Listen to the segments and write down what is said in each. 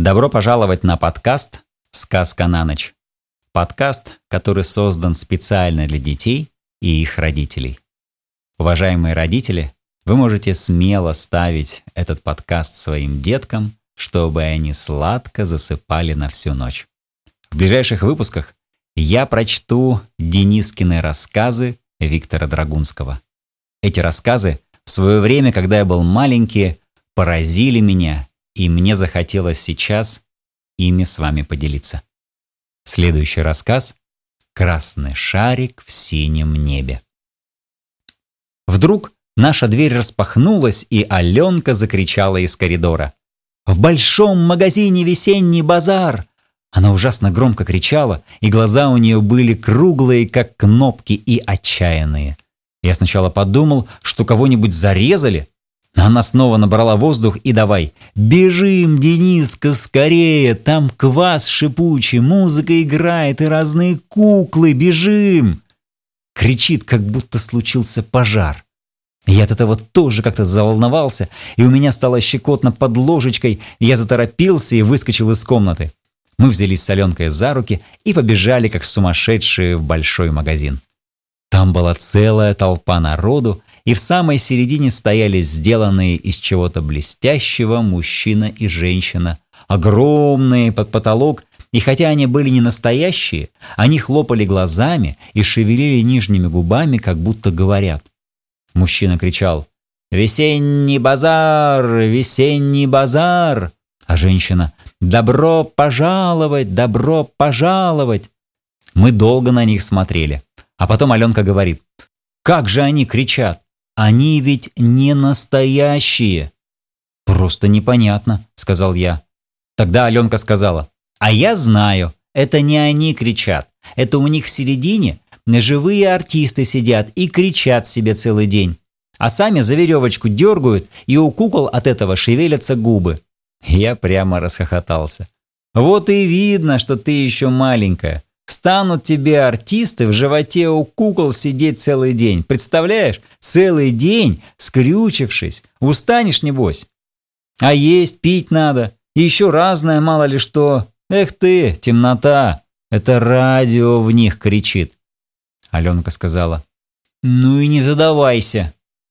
Добро пожаловать на подкаст «Сказка на ночь». Подкаст, который создан специально для детей и их родителей. Уважаемые родители, вы можете смело ставить этот подкаст своим деткам, чтобы они сладко засыпали на всю ночь. В ближайших выпусках я прочту Денискины рассказы Виктора Драгунского. Эти рассказы в свое время, когда я был маленький, поразили меня, и мне захотелось сейчас ими с вами поделиться. Следующий рассказ «Красный шарик в синем небе». Вдруг наша дверь распахнулась, и Аленка закричала из коридора: «В большом магазине весенний базар!» Она ужасно громко кричала, и глаза у нее были круглые, как кнопки, и отчаянные. Я сначала подумал, что кого-нибудь зарезали. Она снова набрала воздух и давай: «Бежим, Дениска, скорее! Там квас шипучий, музыка играет и разные куклы! Бежим!» Кричит, как будто случился пожар. Я от этого тоже как-то заволновался, и у меня стало щекотно под ложечкой, и я заторопился и выскочил из комнаты. Мы взялись с Аленкой за руки и побежали, как сумасшедшие, в большой магазин. Там была целая толпа народу, и в самой середине стояли сделанные из чего-то блестящего мужчина и женщина, огромные под потолок, и хотя они были не настоящие, они хлопали глазами и шевелили нижними губами, как будто говорят. Мужчина кричал: «Весенний базар! Весенний базар!» А женщина: «Добро пожаловать! Добро пожаловать!» Мы долго на них смотрели. А потом Аленка говорит: «Как же они кричат! Они ведь не настоящие!» «Просто непонятно», — сказал я. Тогда Аленка сказала: «А я знаю, это не они кричат. Это у них в середине живые артисты сидят и кричат себе целый день. А сами за веревочку дергают, и у кукол от этого шевелятся губы». Я прямо расхохотался. «Вот и видно, что ты еще маленькая. Станут тебе артисты в животе у кукол сидеть целый день. Представляешь? Целый день, скрючившись. Устанешь, небось? А есть, пить надо. И еще разное, мало ли что. Эх ты, темнота. Это радио в них кричит». Аленка сказала: «Ну и не задавайся».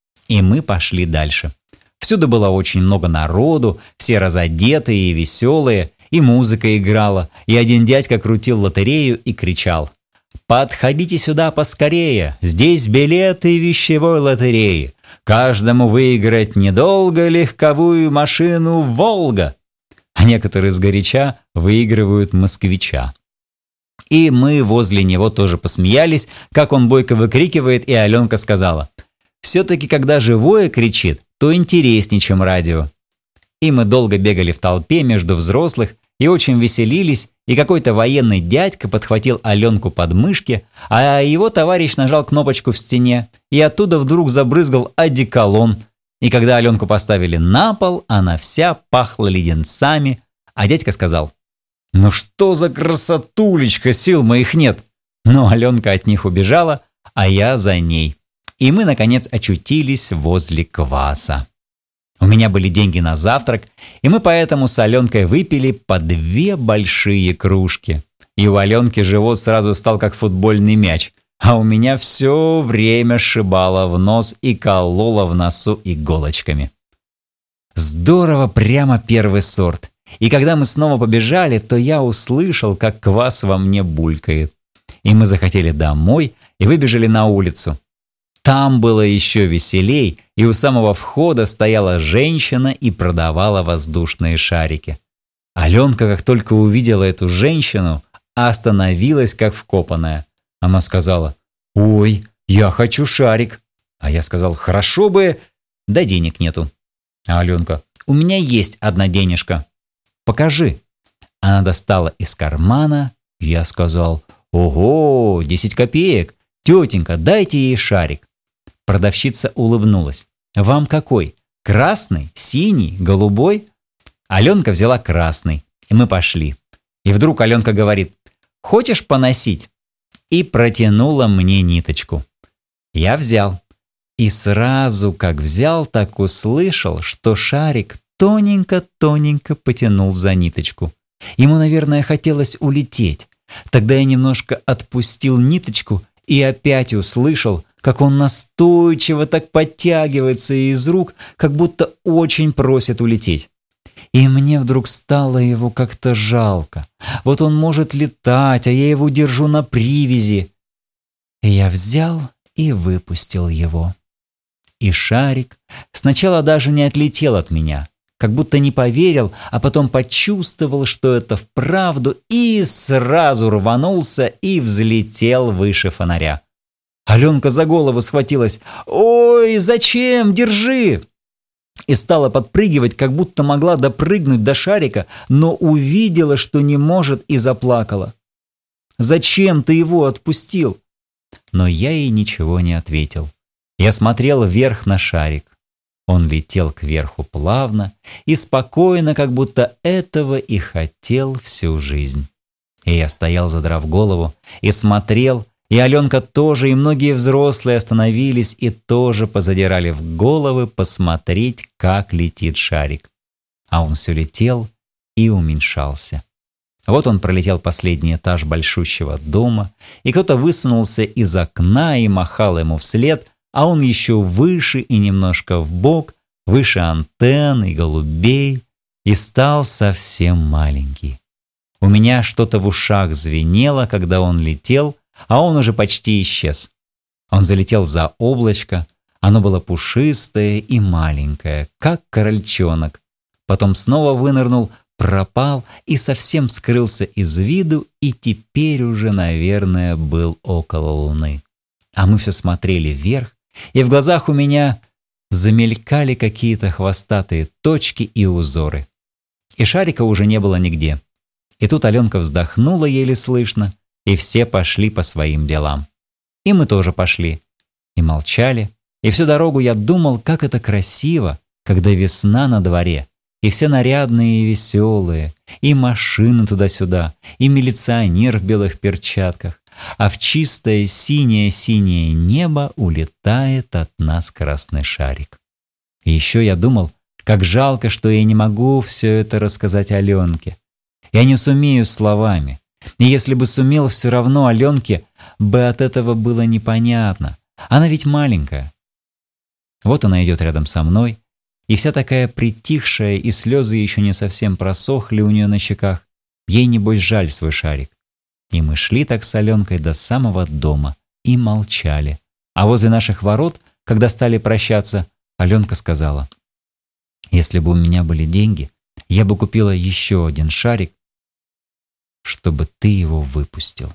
И мы пошли дальше. Всюду было очень много народу, все разодетые и веселые, и музыка играла, и один дядька крутил лотерею и кричал: «Подходите сюда поскорее, здесь билеты вещевой лотереи. Каждому выиграть недолго легковую машину «Волга». А некоторые сгоряча выигрывают «Москвича». И мы возле него тоже посмеялись, как он бойко выкрикивает, и Аленка сказала: «Все-таки, когда живое кричит, то интереснее, чем радио». И мы долго бегали в толпе между взрослых и очень веселились, и какой-то военный дядька подхватил Аленку под мышки, а его товарищ нажал кнопочку в стене, и оттуда вдруг забрызгал одеколон. И когда Аленку поставили на пол, она вся пахла леденцами, а дядька сказал: «Ну что за красотулечка, сил моих нет!» Но Аленка от них убежала, а я за ней. И мы, наконец, очутились возле кваса. У меня были деньги на завтрак, и мы поэтому с Аленкой выпили по 2 большие кружки. И у Аленки живот сразу стал как футбольный мяч, а у меня все время сшибало в нос и кололо в носу иголочками. Здорово, прямо первый сорт. И когда мы снова побежали, то я услышал, как квас во мне булькает. И мы захотели домой и выбежали на улицу. Там было еще веселей, и у самого входа стояла женщина и продавала воздушные шарики. Аленка, как только увидела эту женщину, остановилась как вкопанная. Она сказала: «Ой, я хочу шарик». А я сказал: «Хорошо бы, да денег нету». А Аленка: «У меня есть одна денежка». «Покажи». Она достала из кармана. Я сказал: «Ого, 10 копеек. Тетенька, дайте ей шарик». Продавщица улыбнулась. «Вам какой? Красный, синий, голубой?» Аленка взяла красный, и мы пошли. И вдруг Аленка говорит: «Хочешь поносить?» И протянула мне ниточку. Я взял. И сразу, как взял, так услышал, что шарик тоненько-тоненько потянул за ниточку. Ему, наверное, хотелось улететь. Тогда я немножко отпустил ниточку и опять услышал, как он настойчиво так подтягивается из рук, как будто очень просит улететь. И мне вдруг стало его как-то жалко. Вот он может летать, а я его держу на привязи. И я взял и выпустил его. И шарик сначала даже не отлетел от меня, как будто не поверил, а потом почувствовал, что это вправду, и сразу рванулся и взлетел выше фонаря. Аленка за голову схватилась. «Ой, зачем? Держи!» И стала подпрыгивать, как будто могла допрыгнуть до шарика, но увидела, что не может, и заплакала. «Зачем ты его отпустил?» Но я ей ничего не ответил. Я смотрел вверх на шарик. Он летел кверху плавно и спокойно, как будто этого и хотел всю жизнь. И я стоял, задрав голову, и смотрел, и Аленка тоже, и многие взрослые остановились и тоже позадирали в головы посмотреть, как летит шарик. А он все летел и уменьшался. Вот он пролетел последний этаж большущего дома, и кто-то высунулся из окна и махал ему вслед, а он еще выше и немножко вбок, выше антенн и голубей, и стал совсем маленький. У меня что-то в ушах звенело, когда он летел, а он уже почти исчез. Он залетел за облачко, оно было пушистое и маленькое, как крольчонок. Потом снова вынырнул, пропал и совсем скрылся из виду, и теперь уже, наверное, был около Луны. А мы все смотрели вверх, и в глазах у меня замелькали какие-то хвостатые точки и узоры. И шарика уже не было нигде. И тут Аленка вздохнула еле слышно, и все пошли по своим делам. И мы тоже пошли. И молчали. И всю дорогу я думал, как это красиво, когда весна на дворе, и все нарядные и веселые, и машины туда-сюда, и милиционер в белых перчатках, а в чистое синее-синее небо улетает от нас красный шарик. И еще я думал, как жалко, что я не могу все это рассказать Аленке. Я не сумею словами. И если бы сумел, все равно Аленке бы от этого было непонятно. Она ведь маленькая. Вот она идет рядом со мной, и вся такая притихшая, и слезы еще не совсем просохли у нее на щеках. Ей, небось, жаль свой шарик. И мы шли так с Аленкой до самого дома и молчали. А возле наших ворот, когда стали прощаться, Аленка сказала: «Если бы у меня были деньги, я бы купила еще один шарик, чтобы ты его выпустил».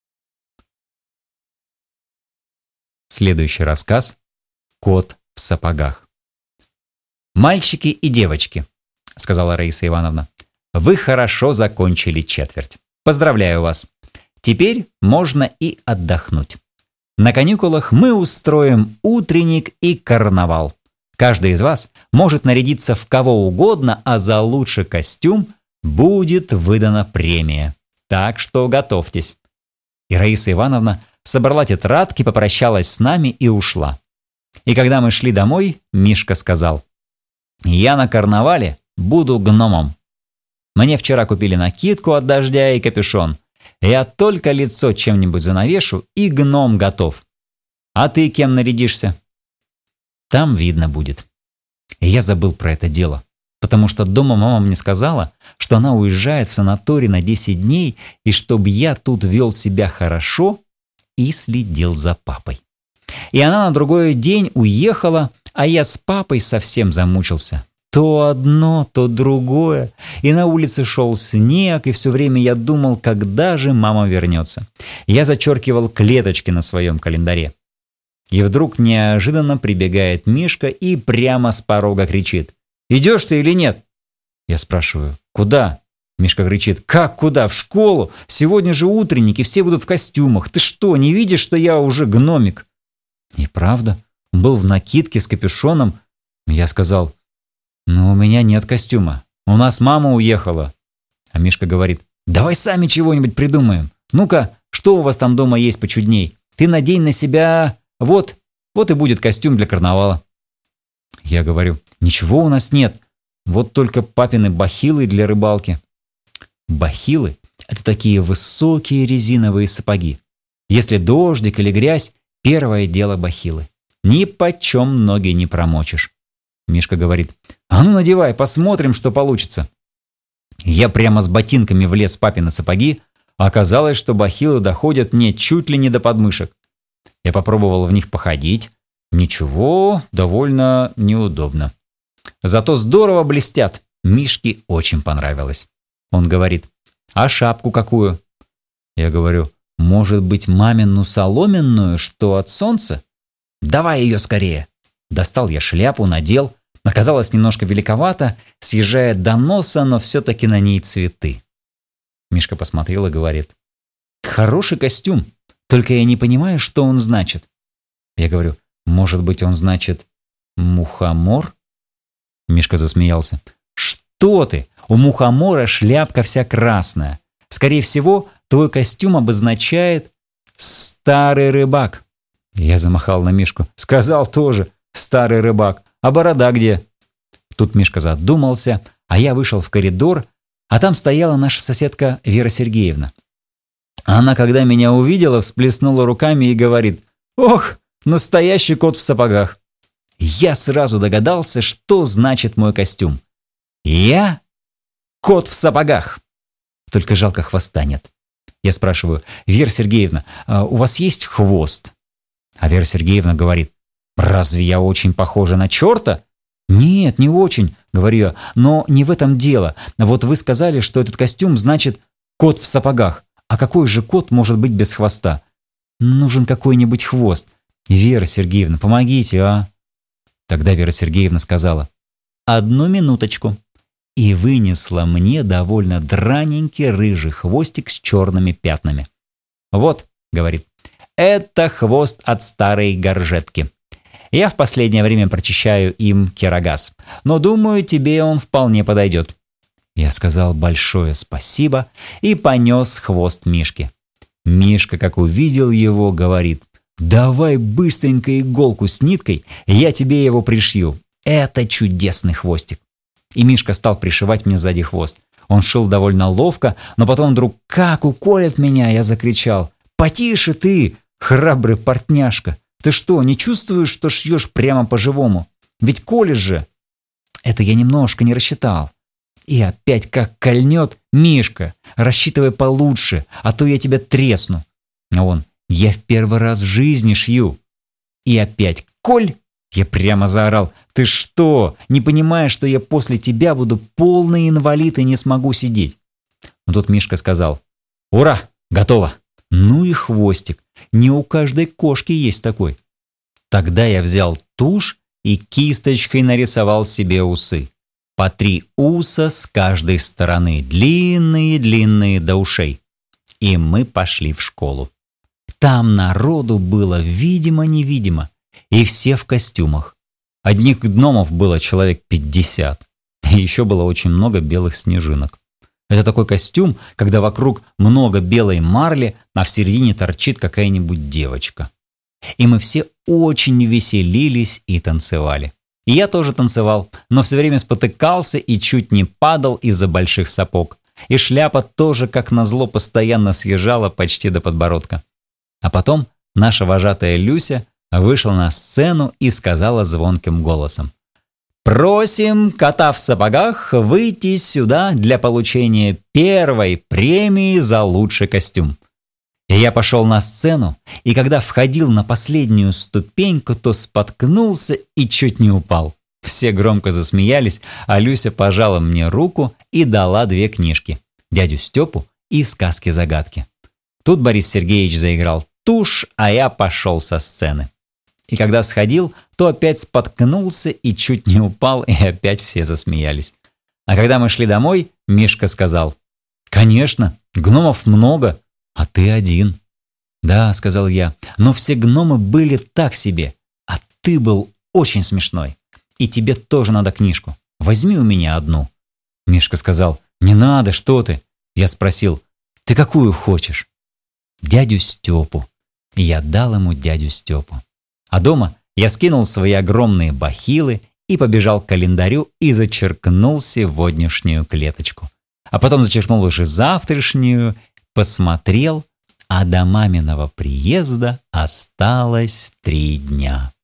Следующий рассказ «Кот в сапогах». «Мальчики и девочки», — сказала Раиса Ивановна, — «вы хорошо закончили четверть. Поздравляю вас. Теперь можно и отдохнуть. На каникулах мы устроим утренник и карнавал. Каждый из вас может нарядиться в кого угодно, а за лучший костюм будет выдана премия. Так что готовьтесь». И Раиса Ивановна собрала тетрадки, попрощалась с нами и ушла. И когда мы шли домой, Мишка сказал: «Я на карнавале буду гномом. Мне вчера купили накидку от дождя и капюшон. Я только лицо чем-нибудь занавешу, и гном готов. А ты кем нарядишься?» «Там видно будет». И я забыл про это дело, потому что дома мама мне сказала, что она уезжает в санаторий на 10 дней, и чтобы я тут вел себя хорошо и следил за папой. И она на другой день уехала, а я с папой совсем замучился. То одно, то другое. И на улице шел снег, и все время я думал, когда же мама вернется. Я зачеркивал клеточки на своем календаре. И вдруг неожиданно прибегает Мишка и прямо с порога кричит: «Идешь ты или нет?» Я спрашиваю: «Куда?» Мишка кричит: «Как куда? В школу? Сегодня же утренник, и все будут в костюмах. Ты что, не видишь, что я уже гномик?» И правда, он был в накидке с капюшоном. Я сказал: «Но у меня нет костюма. У нас мама уехала». А Мишка говорит: «Давай сами чего-нибудь придумаем. Ну-ка, что у вас там дома есть почудней? Ты надень на себя... Вот и будет костюм для карнавала». Я говорю: «Ничего у нас нет. Вот только папины бахилы для рыбалки. Бахилы – это такие высокие резиновые сапоги. Если дождик или грязь, первое дело бахилы. Ни почем ноги не промочишь. Мишка говорит: «А ну надевай, посмотрим, что получится». Я прямо с ботинками влез в папины сапоги, а оказалось, что бахилы доходят мне чуть ли не до подмышек. Я попробовал в них походить. Ничего, довольно неудобно. Зато здорово блестят. Мишке очень понравилось. Он говорит: «А шапку какую?» Я говорю: «Может быть, мамину соломенную, что от солнца?» «Давай ее скорее!» Достал я шляпу, надел. Оказалось немножко великовато, съезжает до носа, но все-таки на ней цветы. Мишка посмотрел и говорит: «Хороший костюм, только я не понимаю, что он значит». Я говорю: «Может быть, он значит мухомор?» Мишка засмеялся. «Что ты? У мухомора шляпка вся красная. Скорее всего, твой костюм обозначает старый рыбак». Я замахал на Мишку. Сказал тоже старый рыбак. А борода где? Тут Мишка задумался, а я вышел в коридор, а там стояла наша соседка Вера Сергеевна. Она, когда меня увидела, всплеснула руками и говорит: «Ох, настоящий кот в сапогах!» Я сразу догадался, что значит мой костюм. Я кот в сапогах. Только жалко, хвоста нет. Я спрашиваю: «Вера Сергеевна, у вас есть хвост?» А Вера Сергеевна говорит: «Разве я очень похожа на черта?» «Нет, не очень», — говорю я, «но не в этом дело. Вот вы сказали, что этот костюм значит кот в сапогах. А какой же кот может быть без хвоста? Нужен какой-нибудь хвост. Вера Сергеевна, помогите, а?» Тогда Вера Сергеевна сказала: «Одну минуточку», и вынесла мне довольно драненький рыжий хвостик с черными пятнами. «Вот», — говорит, — «это хвост от старой горжетки. Я в последнее время прочищаю им кирогаз, но думаю, тебе он вполне подойдет». Я сказал большое спасибо и понес хвост Мишке. Мишка, как увидел его, говорит: «Давай быстренько иголку с ниткой, я тебе его пришью. Это чудесный хвостик». И Мишка стал пришивать мне сзади хвост. Он шил довольно ловко, но потом вдруг как уколет меня, я закричал: «Потише ты, храбрый портняшка! Ты что, не чувствуешь, что шьешь прямо по-живому? Ведь колешь же!» Это я немножко не рассчитал. И опять как кольнет: «Мишка, рассчитывай получше, а то я тебя тресну». А он: «Я в первый раз в жизни шью». И опять коль. Я прямо заорал: «Ты что, не понимаешь, что я после тебя буду полный инвалид и не смогу сидеть?» Но тут Мишка сказал: «Ура, готово!» Ну и хвостик. Не у каждой кошки есть такой. Тогда я взял тушь и кисточкой нарисовал себе усы. По 3 уса с каждой стороны, длинные-длинные до ушей. И мы пошли в школу. Там народу было видимо-невидимо, и все в костюмах. Одних гномов было человек 50, и еще было очень много белых снежинок. Это такой костюм, когда вокруг много белой марли, а в середине торчит какая-нибудь девочка. И мы все очень веселились и танцевали. И я тоже танцевал, но все время спотыкался и чуть не падал из-за больших сапог. И шляпа тоже, как назло, постоянно съезжала почти до подбородка. А потом наша вожатая Люся вышла на сцену и сказала звонким голосом: «Просим кота в сапогах выйти сюда для получения первой премии за лучший костюм». И я пошел на сцену, и когда входил на последнюю ступеньку, то споткнулся и чуть не упал. Все громко засмеялись, а Люся пожала мне руку и дала 2 книжки: «Дядю Степу» и «Сказки-загадки». Тут Борис Сергеевич заиграл тушь, а я пошел со сцены. И когда сходил, то опять споткнулся и чуть не упал, и опять все засмеялись. А когда мы шли домой, Мишка сказал: «Конечно, гномов много, а ты один». «Да», — сказал я, — «но все гномы были так себе, а ты был очень смешной. И тебе тоже надо книжку. Возьми у меня одну». Мишка сказал: «Не надо, что ты?» Я спросил: «Ты какую хочешь?» «Дядю Степу». И я дал ему дядю Степу. А дома я скинул свои огромные бахилы и побежал к календарю и зачеркнул сегодняшнюю клеточку. А потом зачеркнул уже завтрашнюю, посмотрел, а до маминого приезда осталось 3 дня.